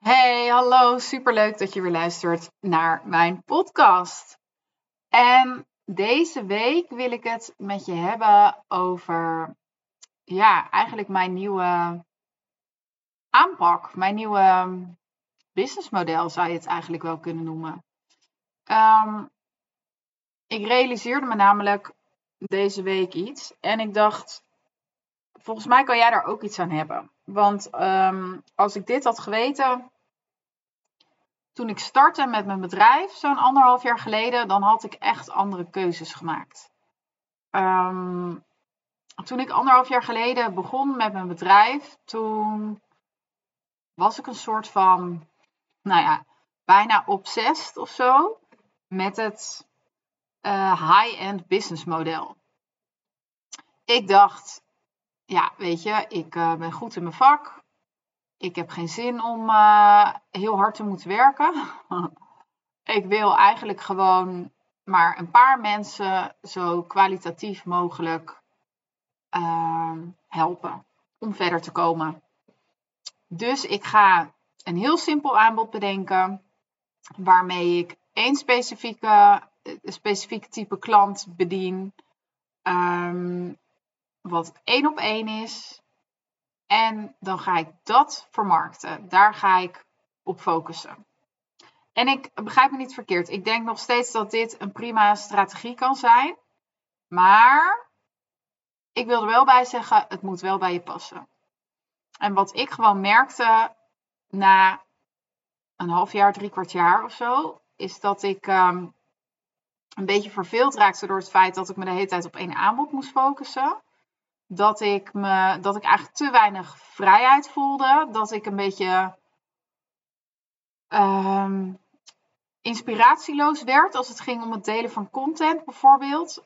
Hey, hallo, superleuk dat je weer luistert naar mijn podcast. En deze week wil ik het met je hebben over, eigenlijk mijn nieuwe aanpak. Mijn nieuwe businessmodel zou je het eigenlijk wel kunnen noemen. Ik realiseerde me namelijk deze week iets en ik dacht, volgens mij kan jij daar ook iets aan hebben. Want als ik dit had geweten toen ik startte met mijn bedrijf, zo'n 1,5 jaar geleden, dan had ik echt andere keuzes gemaakt. Toen ik 1,5 jaar geleden begon met mijn bedrijf, toen was ik een soort van, bijna obsessed of zo met het high-end business model. Ik dacht, weet je, ik ben goed in mijn vak. Ik heb geen zin om heel hard te moeten werken. Ik wil eigenlijk gewoon maar een paar mensen zo kwalitatief mogelijk helpen om verder te komen. Dus ik ga een heel simpel aanbod bedenken waarmee ik één specifieke type klant bedien, wat 1 op 1 is. En dan ga ik dat vermarkten. Daar ga ik op focussen. En ik begrijp me niet verkeerd. Ik denk nog steeds dat dit een prima strategie kan zijn. Maar ik wil er wel bij zeggen, het moet wel bij je passen. En wat ik gewoon merkte na een half jaar, 3/4 jaar of zo, is dat ik een beetje verveeld raakte door het feit dat ik me de hele tijd op één aanbod moest focussen. Dat ik eigenlijk te weinig vrijheid voelde. Dat ik een beetje inspiratieloos werd als het ging om het delen van content bijvoorbeeld.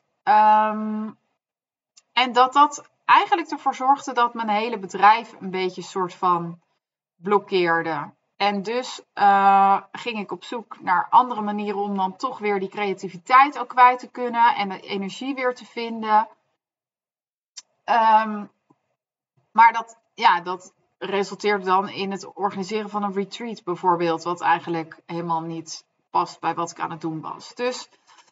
En dat eigenlijk ervoor zorgde dat mijn hele bedrijf een beetje soort van blokkeerde. En dus ging ik op zoek naar andere manieren om dan toch weer die creativiteit ook kwijt te kunnen en de energie weer te vinden. Maar dat resulteerde dan in het organiseren van een retreat bijvoorbeeld, wat eigenlijk helemaal niet past bij wat ik aan het doen was. Dus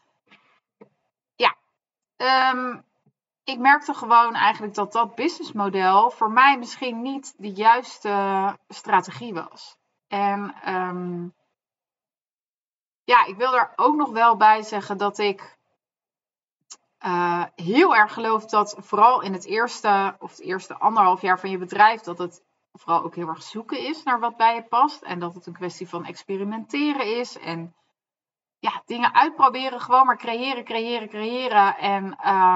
ik merkte gewoon eigenlijk dat businessmodel voor mij misschien niet de juiste strategie was. En ik wil er ook nog wel bij zeggen dat ik heel erg geloof dat vooral in het eerste 1,5 jaar van je bedrijf, dat het vooral ook heel erg zoeken is naar wat bij je past. En dat het een kwestie van experimenteren is. En dingen uitproberen, gewoon maar creëren. En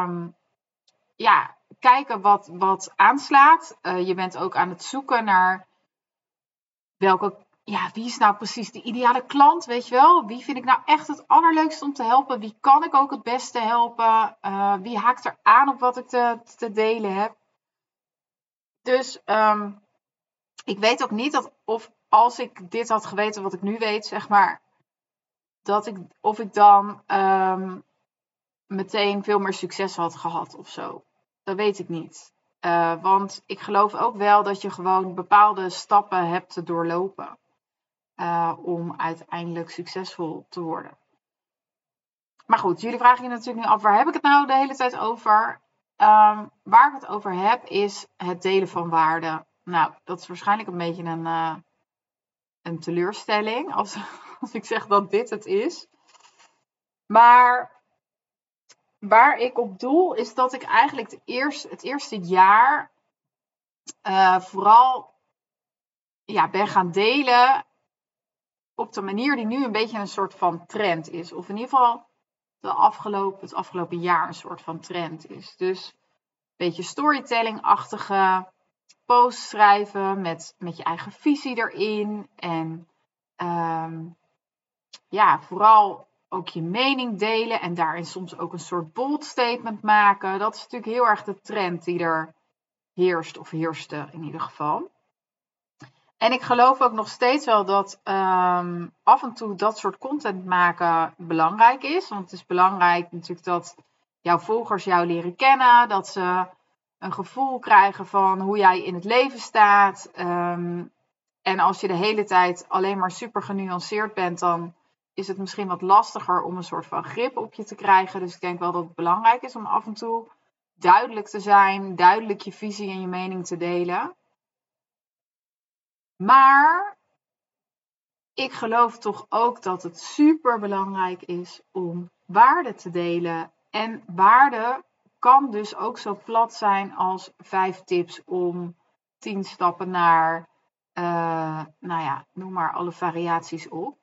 kijken wat aanslaat. Je bent ook aan het zoeken naar wie is nou precies de ideale klant, weet je wel? Wie vind ik nou echt het allerleukste om te helpen? Wie kan ik ook het beste helpen? Wie haakt er aan op wat ik te delen heb? Dus ik weet ook niet of als ik dit had geweten wat ik nu weet, zeg maar, of ik dan meteen veel meer succes had gehad of zo. Dat weet ik niet. Want ik geloof ook wel dat je gewoon bepaalde stappen hebt te doorlopen. Om uiteindelijk succesvol te worden. Maar goed, jullie vragen je natuurlijk nu af, waar heb ik het nou de hele tijd over? Waar ik het over heb is het delen van waarde. Nou, dat is waarschijnlijk een beetje een teleurstelling als ik zeg dat dit het is. Maar waar ik op doel is dat ik eigenlijk het eerste jaar vooral ben gaan delen op de manier die nu een beetje een soort van trend is. Of in ieder geval het afgelopen jaar een soort van trend is. Dus een beetje storytelling-achtige posts schrijven met je eigen visie erin. En vooral ook je mening delen en daarin soms ook een soort bold statement maken. Dat is natuurlijk heel erg de trend die er heerst of heerste in ieder geval. En ik geloof ook nog steeds wel dat af en toe dat soort content maken belangrijk is. Want het is belangrijk natuurlijk dat jouw volgers jou leren kennen. Dat ze een gevoel krijgen van hoe jij in het leven staat. En En als je de hele tijd alleen maar super genuanceerd bent, dan is het misschien wat lastiger om een soort van grip op je te krijgen. Dus ik denk wel dat het belangrijk is om af en toe duidelijk te zijn, duidelijk je visie en je mening te delen. Maar ik geloof toch ook dat het super belangrijk is om waarde te delen. En waarde kan dus ook zo plat zijn als 5 tips om 10 stappen naar, noem maar alle variaties op.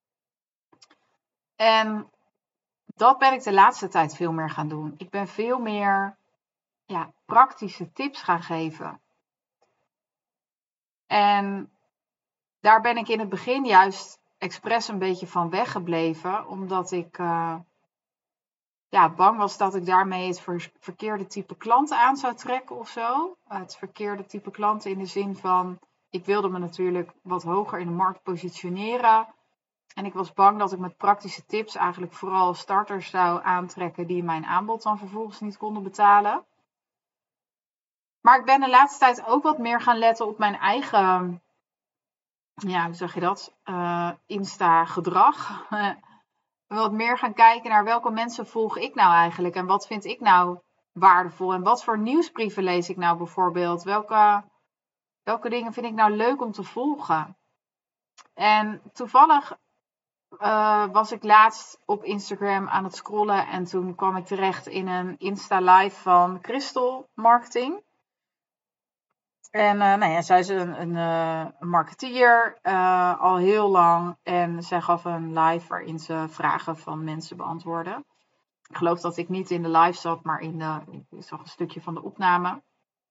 En dat ben ik de laatste tijd veel meer gaan doen. Ik ben veel meer praktische tips gaan geven. En daar ben ik in het begin juist expres een beetje van weggebleven. Omdat ik bang was dat ik daarmee het verkeerde type klanten aan zou trekken of zo. Het verkeerde type klanten in de zin van, ik wilde me natuurlijk wat hoger in de markt positioneren. En ik was bang dat ik met praktische tips eigenlijk vooral starters zou aantrekken die mijn aanbod dan vervolgens niet konden betalen. Maar ik ben de laatste tijd ook wat meer gaan letten op mijn eigen, hoe zeg je dat, Insta-gedrag. Wat meer gaan kijken naar welke mensen volg ik nou eigenlijk en wat vind ik nou waardevol en wat voor nieuwsbrieven lees ik nou bijvoorbeeld. Welke dingen vind ik nou leuk om te volgen. En toevallig was ik laatst op Instagram aan het scrollen en toen kwam ik terecht in een Insta live van Crystal Marketing. En zij is een marketeer al heel lang en zij gaf een live waarin ze vragen van mensen beantwoordde. Ik geloof dat ik niet in de live zat, maar ik zag een stukje van de opname.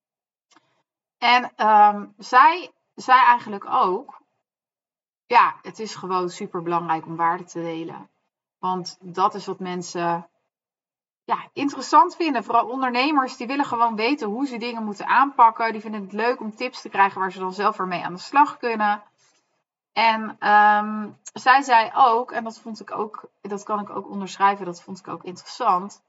En zij zei eigenlijk ook, het is gewoon super belangrijk om waarde te delen. Want dat is wat mensen interessant vinden. Vooral ondernemers, die willen gewoon weten hoe ze dingen moeten aanpakken. Die vinden het leuk om tips te krijgen waar ze dan zelf weer mee aan de slag kunnen. En zij zei ook, en dat kan ik ook onderschrijven, dat vond ik ook interessant.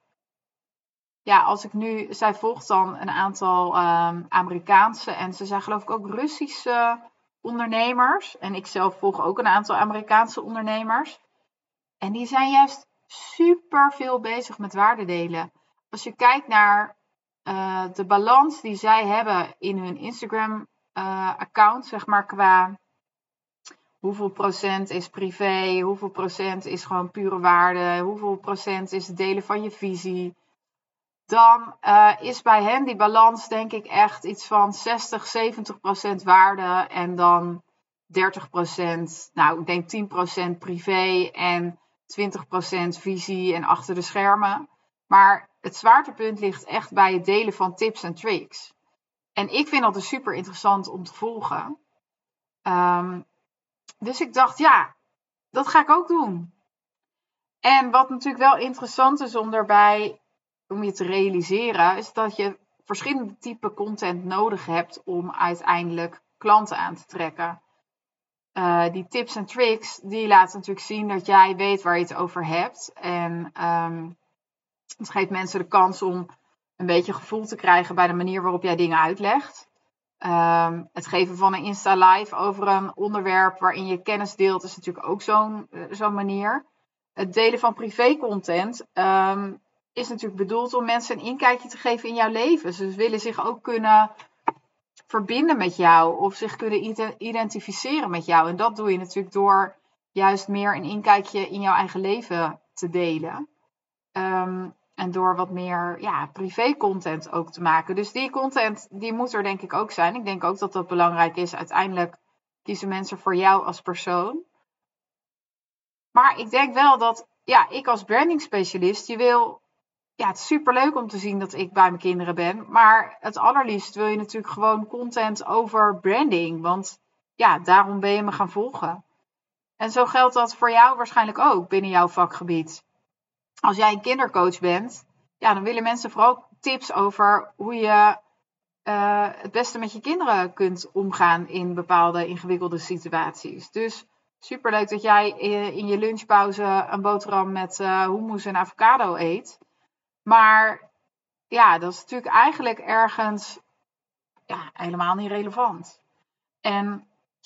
Zij volgt dan een aantal Amerikaanse en ze zijn geloof ik ook Russische ondernemers. En ik zelf volg ook een aantal Amerikaanse ondernemers. En die zijn juist super veel bezig met waarde delen. Als je kijkt naar de balans die zij hebben in hun Instagram account, zeg maar qua hoeveel procent is privé, hoeveel procent is gewoon pure waarde, hoeveel procent is het delen van je visie. Dan is bij hen die balans denk ik echt iets van 60-70% waarde en dan 30%, ik denk 10% privé en 20% visie en achter de schermen. Maar het zwaartepunt ligt echt bij het delen van tips en tricks. En ik vind dat dus super interessant om te volgen. Dus ik dacht, dat ga ik ook doen. En wat natuurlijk wel interessant is om je te realiseren, is dat je verschillende typen content nodig hebt om uiteindelijk klanten aan te trekken. Die tips en tricks, die laten natuurlijk zien dat jij weet waar je het over hebt. En het geeft mensen de kans om een beetje gevoel te krijgen bij de manier waarop jij dingen uitlegt. Het geven van een Insta live over een onderwerp waarin je kennis deelt is natuurlijk ook zo'n manier. Het delen van privé content is natuurlijk bedoeld om mensen een inkijkje te geven in jouw leven. Ze willen zich ook kunnen verbinden met jou of zich kunnen identificeren met jou. En dat doe je natuurlijk door juist meer een inkijkje in jouw eigen leven te delen. En door wat meer privé content ook te maken. Dus die content, die moet er denk ik ook zijn. Ik denk ook dat dat belangrijk is. Uiteindelijk kiezen mensen voor jou als persoon. Maar ik denk wel dat, ik als branding specialist, het is superleuk om te zien dat ik bij mijn kinderen ben. Maar het allerliefst wil je natuurlijk gewoon content over branding. Want daarom ben je me gaan volgen. En zo geldt dat voor jou waarschijnlijk ook binnen jouw vakgebied. Als jij een kindercoach bent, dan willen mensen vooral tips over hoe je het beste met je kinderen kunt omgaan in bepaalde ingewikkelde situaties. Dus superleuk dat jij in je lunchpauze een boterham met hummus en avocado eet. Maar dat is natuurlijk eigenlijk ergens helemaal niet relevant. En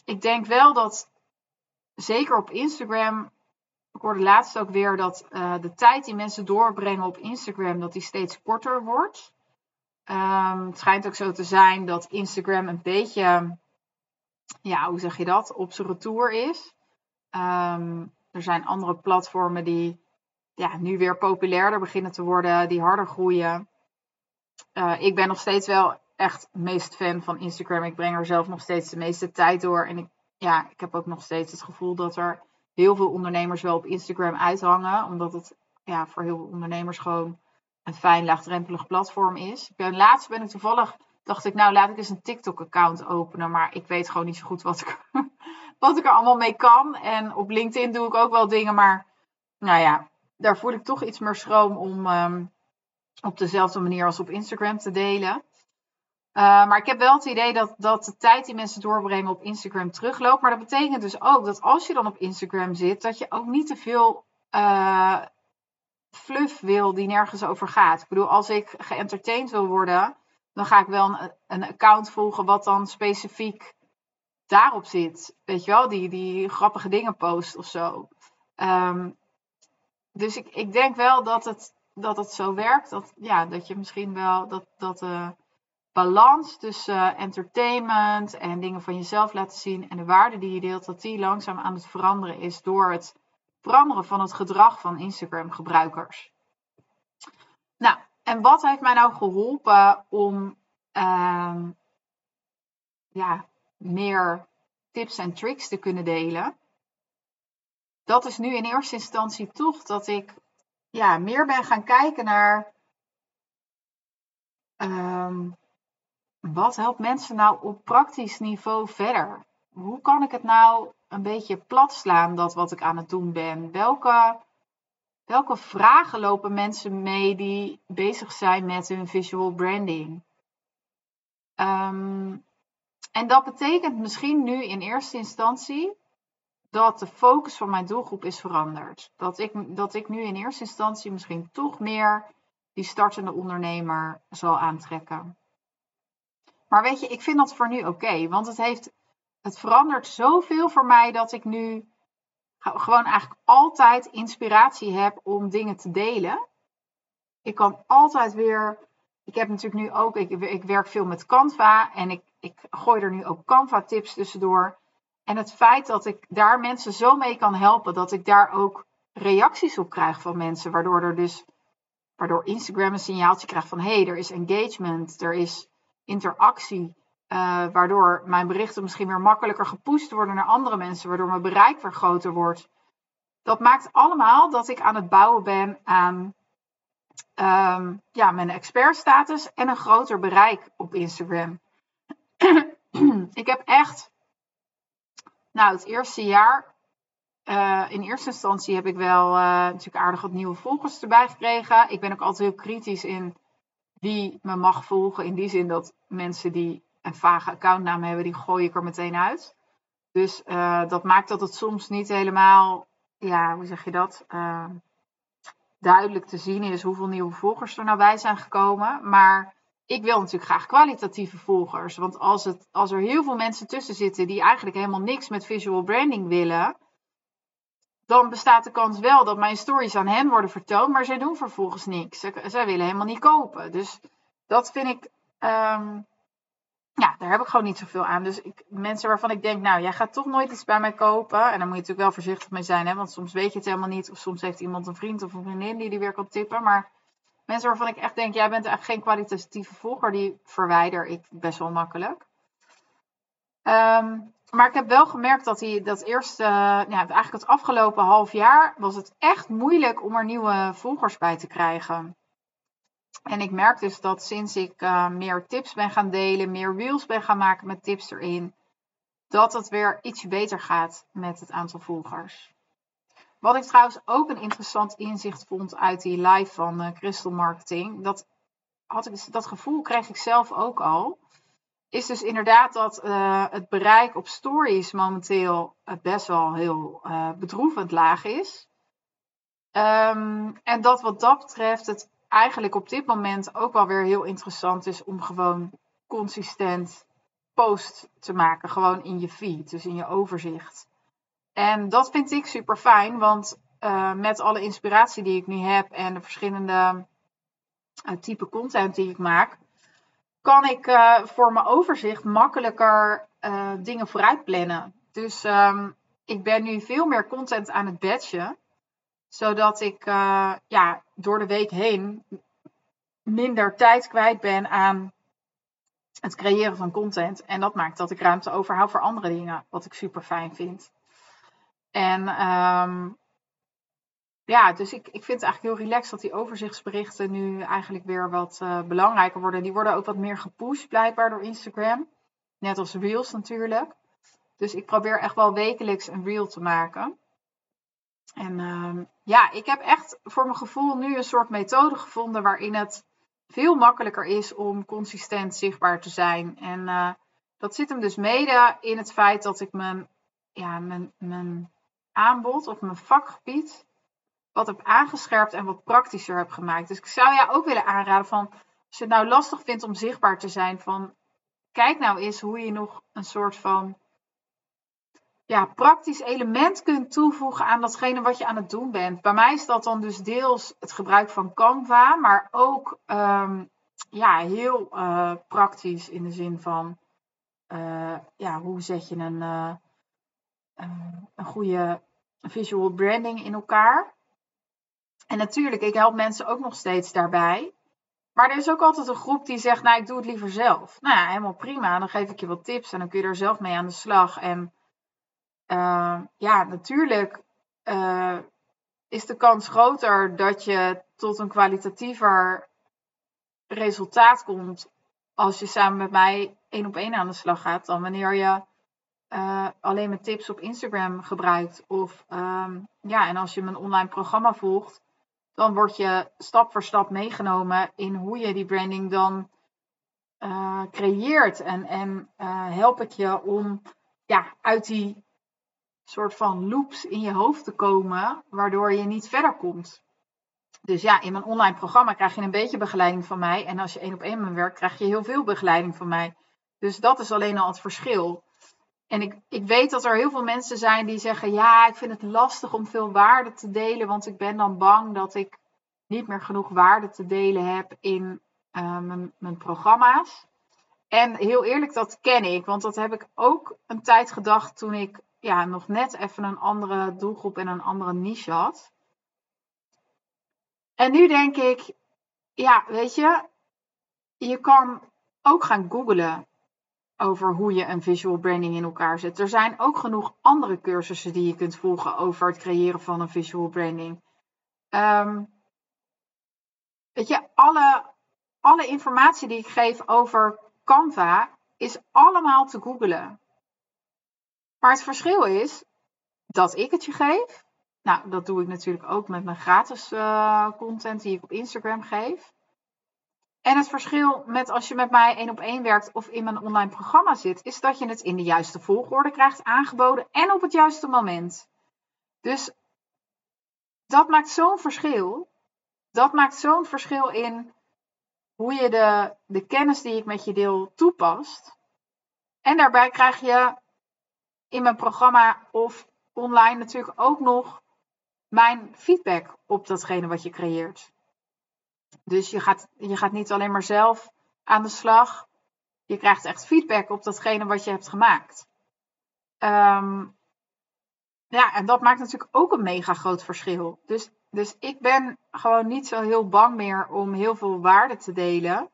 ik denk wel dat, zeker op Instagram, ik hoorde laatst ook weer dat de tijd die mensen doorbrengen op Instagram, dat die steeds korter wordt. Het schijnt ook zo te zijn dat Instagram een beetje, ja, hoe zeg je dat, op zijn retour is. Er zijn andere platformen die nu weer populairder beginnen te worden, die harder groeien. Ik ben nog steeds wel echt het meest fan van Instagram. Ik breng er zelf nog steeds de meeste tijd door. En ik heb ook nog steeds het gevoel dat er heel veel ondernemers wel op Instagram uithangen. Omdat het voor heel veel ondernemers gewoon een fijn, laagdrempelig platform is. Laatst ben ik toevallig, dacht ik, nou laat ik eens een TikTok-account openen. Maar ik weet gewoon niet zo goed wat ik er allemaal mee kan. En op LinkedIn doe ik ook wel dingen. Maar daar voel ik toch iets meer schroom om op dezelfde manier als op Instagram te delen. Maar ik heb wel het idee dat de tijd die mensen doorbrengen op Instagram terugloopt. Maar dat betekent dus ook dat als je dan op Instagram zit, dat je ook niet te veel fluff wil die nergens over gaat. Ik bedoel, als ik geëntertained wil worden, dan ga ik wel een account volgen wat dan specifiek daarop zit. Weet je wel, die grappige dingen post of zo. Dus ik denk wel dat het zo werkt. Dat je misschien wel dat de balans tussen entertainment en dingen van jezelf laten zien en de waarde die je deelt, dat die langzaam aan het veranderen is door het veranderen van het gedrag van Instagram gebruikers. Nou, en wat heeft mij nou geholpen om meer tips en tricks te kunnen delen? Dat is nu in eerste instantie toch dat ik meer ben gaan kijken naar wat helpt mensen nou op praktisch niveau verder? Hoe kan ik het nou een beetje plat slaan, dat wat ik aan het doen ben? Welke vragen lopen mensen mee die bezig zijn met hun visual branding? En dat betekent misschien nu in eerste instantie dat de focus van mijn doelgroep is veranderd. Dat ik nu in eerste instantie misschien toch meer die startende ondernemer zal aantrekken. Maar weet je, ik vind dat voor nu oké. Want het verandert zoveel voor mij dat ik nu gewoon eigenlijk altijd inspiratie heb om dingen te delen. Ik kan altijd weer. Ik heb natuurlijk nu ook. Ik werk veel met Canva. En ik gooi er nu ook Canva tips tussendoor. En het feit dat ik daar mensen zo mee kan helpen. Dat ik daar ook reacties op krijg van mensen. Waardoor Instagram een signaaltje krijgt van er is engagement. Er is interactie. Waardoor mijn berichten misschien weer makkelijker gepusht worden naar andere mensen. Waardoor mijn bereik weer groter wordt. Dat maakt allemaal dat ik aan het bouwen ben aan mijn expertstatus en een groter bereik op Instagram. Ik heb echt, het eerste jaar, in eerste instantie heb ik wel natuurlijk aardig wat nieuwe volgers erbij gekregen. Ik ben ook altijd heel kritisch in wie me mag volgen. In die zin dat mensen die een vage accountnaam hebben, die gooi ik er meteen uit. Dus dat maakt dat het soms niet helemaal, hoe zeg je dat, duidelijk te zien is hoeveel nieuwe volgers er nou bij zijn gekomen. Maar ik wil natuurlijk graag kwalitatieve volgers. Want als er heel veel mensen tussen zitten die eigenlijk helemaal niks met visual branding willen, dan bestaat de kans wel dat mijn stories aan hen worden vertoond, maar zij doen vervolgens niks. Zij willen helemaal niet kopen. Dus dat vind ik, daar heb ik gewoon niet zoveel aan. Dus mensen waarvan ik denk, jij gaat toch nooit iets bij mij kopen. En daar moet je natuurlijk wel voorzichtig mee zijn, hè? Want soms weet je het helemaal niet. Of soms heeft iemand een vriend of een vriendin die weer kan tippen. Maar mensen waarvan ik echt denk, jij bent echt geen kwalitatieve volger, die verwijder ik best wel makkelijk. Maar ik heb wel gemerkt dat eigenlijk het afgelopen half jaar was het echt moeilijk om er nieuwe volgers bij te krijgen. En ik merk dus dat sinds ik meer tips ben gaan delen, meer reels ben gaan maken met tips erin, dat het weer iets beter gaat met het aantal volgers. Wat ik trouwens ook een interessant inzicht vond uit die live van Crystal Marketing, dat gevoel kreeg ik zelf ook al, is dus inderdaad dat het bereik op stories momenteel best wel heel bedroevend laag is. En dat wat dat betreft het eigenlijk op dit moment ook wel weer heel interessant is om gewoon consistent post te maken. Gewoon in je feed, dus in je overzicht. En dat vind ik super fijn, want met alle inspiratie die ik nu heb en de verschillende type content die ik maak, kan ik voor mijn overzicht makkelijker dingen vooruit plannen. Dus ik ben nu veel meer content aan het batchen, zodat ik door de week heen minder tijd kwijt ben aan het creëren van content. En dat maakt dat ik ruimte overhoud voor andere dingen, wat ik super fijn vind. En dus ik vind het eigenlijk heel relaxed dat die overzichtsberichten nu eigenlijk weer wat belangrijker worden. Die worden ook wat meer gepusht blijkbaar door Instagram. Net als Reels natuurlijk. Dus ik probeer echt wel wekelijks een Reel te maken. En ik heb echt voor mijn gevoel nu een soort methode gevonden waarin het veel makkelijker is om consistent zichtbaar te zijn. En dat zit hem dus mede in het feit dat ik mijn aanbod of mijn vakgebied wat heb aangescherpt en wat praktischer heb gemaakt. Dus ik zou jou ook willen aanraden van, als je het nou lastig vindt om zichtbaar te zijn, van kijk nou eens hoe je nog een soort van praktisch element kunt toevoegen aan datgene wat je aan het doen bent. Bij mij is dat dan dus deels het gebruik van Canva, maar ook heel praktisch in de zin van hoe zet je een goede visual branding in elkaar. En natuurlijk, ik help mensen ook nog steeds daarbij. Maar er is ook altijd een groep die zegt, nou, ik doe het liever zelf. Nou ja, helemaal prima. Dan geef ik je wat tips en dan kun je er zelf mee aan de slag. En natuurlijk is de kans groter dat je tot een kwalitatiever resultaat komt als je samen met mij 1-op-1 aan de slag gaat, dan wanneer je alleen mijn tips op Instagram gebruikt. Of en als je mijn online programma volgt, dan word je stap voor stap meegenomen in hoe je die branding dan creëert. En help ik je om uit die soort van loops in je hoofd te komen, waardoor je niet verder komt. Dus in mijn online programma krijg je een beetje begeleiding van mij. En als je 1-op-1 met me werkt, krijg je heel veel begeleiding van mij. Dus dat is alleen al het verschil. En ik weet dat er heel veel mensen zijn die zeggen, ja, ik vind het lastig om veel waarde te delen, want ik ben dan bang dat ik niet meer genoeg waarde te delen heb in mijn programma's. En heel eerlijk, dat ken ik, want dat heb ik ook een tijd gedacht toen ik nog net even een andere doelgroep en een andere niche had. En nu denk ik, weet je kan ook gaan googlen over hoe je een visual branding in elkaar zet. Er zijn ook genoeg andere cursussen die je kunt volgen over het creëren van een visual branding. Alle informatie die ik geef over Canva is allemaal te googlen. Maar het verschil is dat ik het je geef. Nou, dat doe ik natuurlijk ook met mijn gratis content die ik op Instagram geef. En het verschil met als je met mij 1-op-1 werkt of in mijn online programma zit, is dat je het in de juiste volgorde krijgt aangeboden en op het juiste moment. Dus dat maakt zo'n verschil. Dat maakt zo'n verschil in hoe je de kennis die ik met je deel toepast. En daarbij krijg je in mijn programma of online natuurlijk ook nog mijn feedback op datgene wat je creëert. Dus je gaat niet alleen maar zelf aan de slag. Je krijgt echt feedback op datgene wat je hebt gemaakt. En dat maakt natuurlijk ook een mega groot verschil. Dus ik ben gewoon niet zo heel bang meer om heel veel waarde te delen.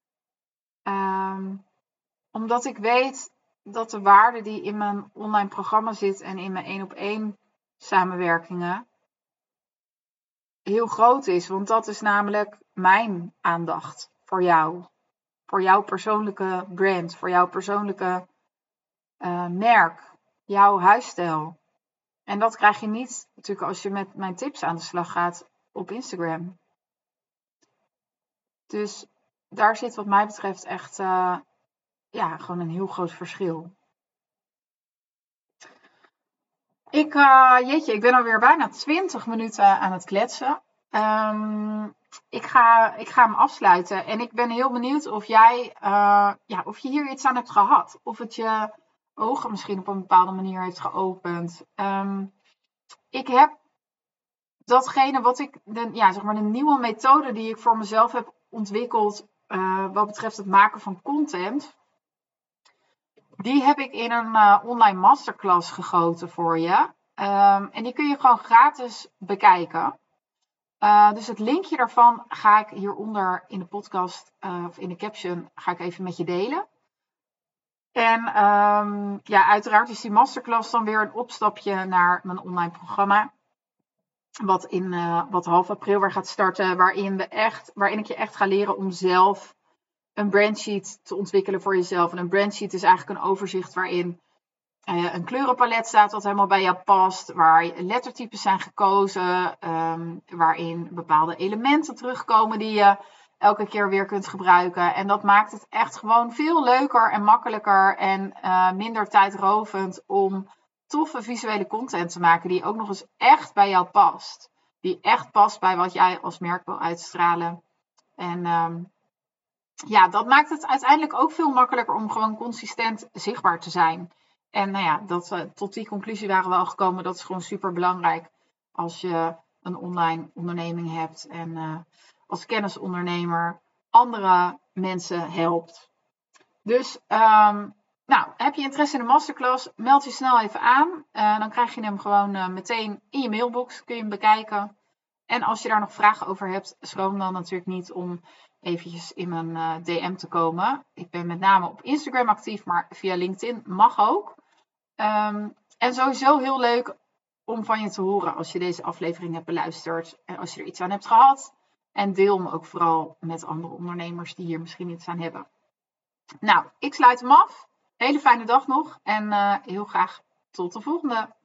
Omdat ik weet dat de waarde die in mijn online programma zit en in mijn 1-op-1 samenwerkingen heel groot is. Want dat is namelijk mijn aandacht voor jou. Voor jouw persoonlijke brand, voor jouw persoonlijke merk, jouw huisstijl. En dat krijg je niet natuurlijk als je met mijn tips aan de slag gaat op Instagram. Dus daar zit wat mij betreft echt gewoon een heel groot verschil. Ik ben alweer bijna 20 minuten aan het kletsen. ik ga hem afsluiten. En ik ben heel benieuwd of jij, of je hier iets aan hebt gehad. Of het je ogen misschien op een bepaalde manier heeft geopend. Ik heb datgene wat ik, de nieuwe methode die ik voor mezelf heb ontwikkeld, wat betreft het maken van content, die heb ik in een online masterclass gegoten voor je. En die kun je gewoon gratis bekijken. Dus het linkje daarvan ga ik hieronder in de podcast of in de caption ga ik even met je delen. En uiteraard is die masterclass dan weer een opstapje naar mijn online programma. Wat half april weer gaat starten. Waarin ik je echt ga leren om zelf een brandsheet te ontwikkelen voor jezelf. En een brandsheet is eigenlijk een overzicht waarin een kleurenpalet staat wat helemaal bij jou past. Waar lettertypes zijn gekozen. Waarin bepaalde elementen terugkomen die je elke keer weer kunt gebruiken. En dat maakt het echt gewoon veel leuker en makkelijker en minder tijdrovend om toffe visuele content te maken die ook nog eens echt bij jou past. Die echt past bij wat jij als merk wil uitstralen. En dat maakt het uiteindelijk ook veel makkelijker om gewoon consistent zichtbaar te zijn. En tot die conclusie waren we al gekomen. Dat is gewoon super belangrijk als je een online onderneming hebt. En als kennisondernemer andere mensen helpt. Dus heb je interesse in de masterclass? Meld je snel even aan. Dan krijg je hem gewoon meteen in je mailbox. Kun je hem bekijken. En als je daar nog vragen over hebt, schroom dan natuurlijk niet om eventjes in mijn DM te komen. Ik ben met name op Instagram actief, maar via LinkedIn mag ook. En sowieso heel leuk om van je te horen als je deze aflevering hebt beluisterd. En als je er iets aan hebt gehad. En deel hem ook vooral met andere ondernemers die hier misschien iets aan hebben. Nou, ik sluit hem af. Hele fijne dag nog. En heel graag tot de volgende.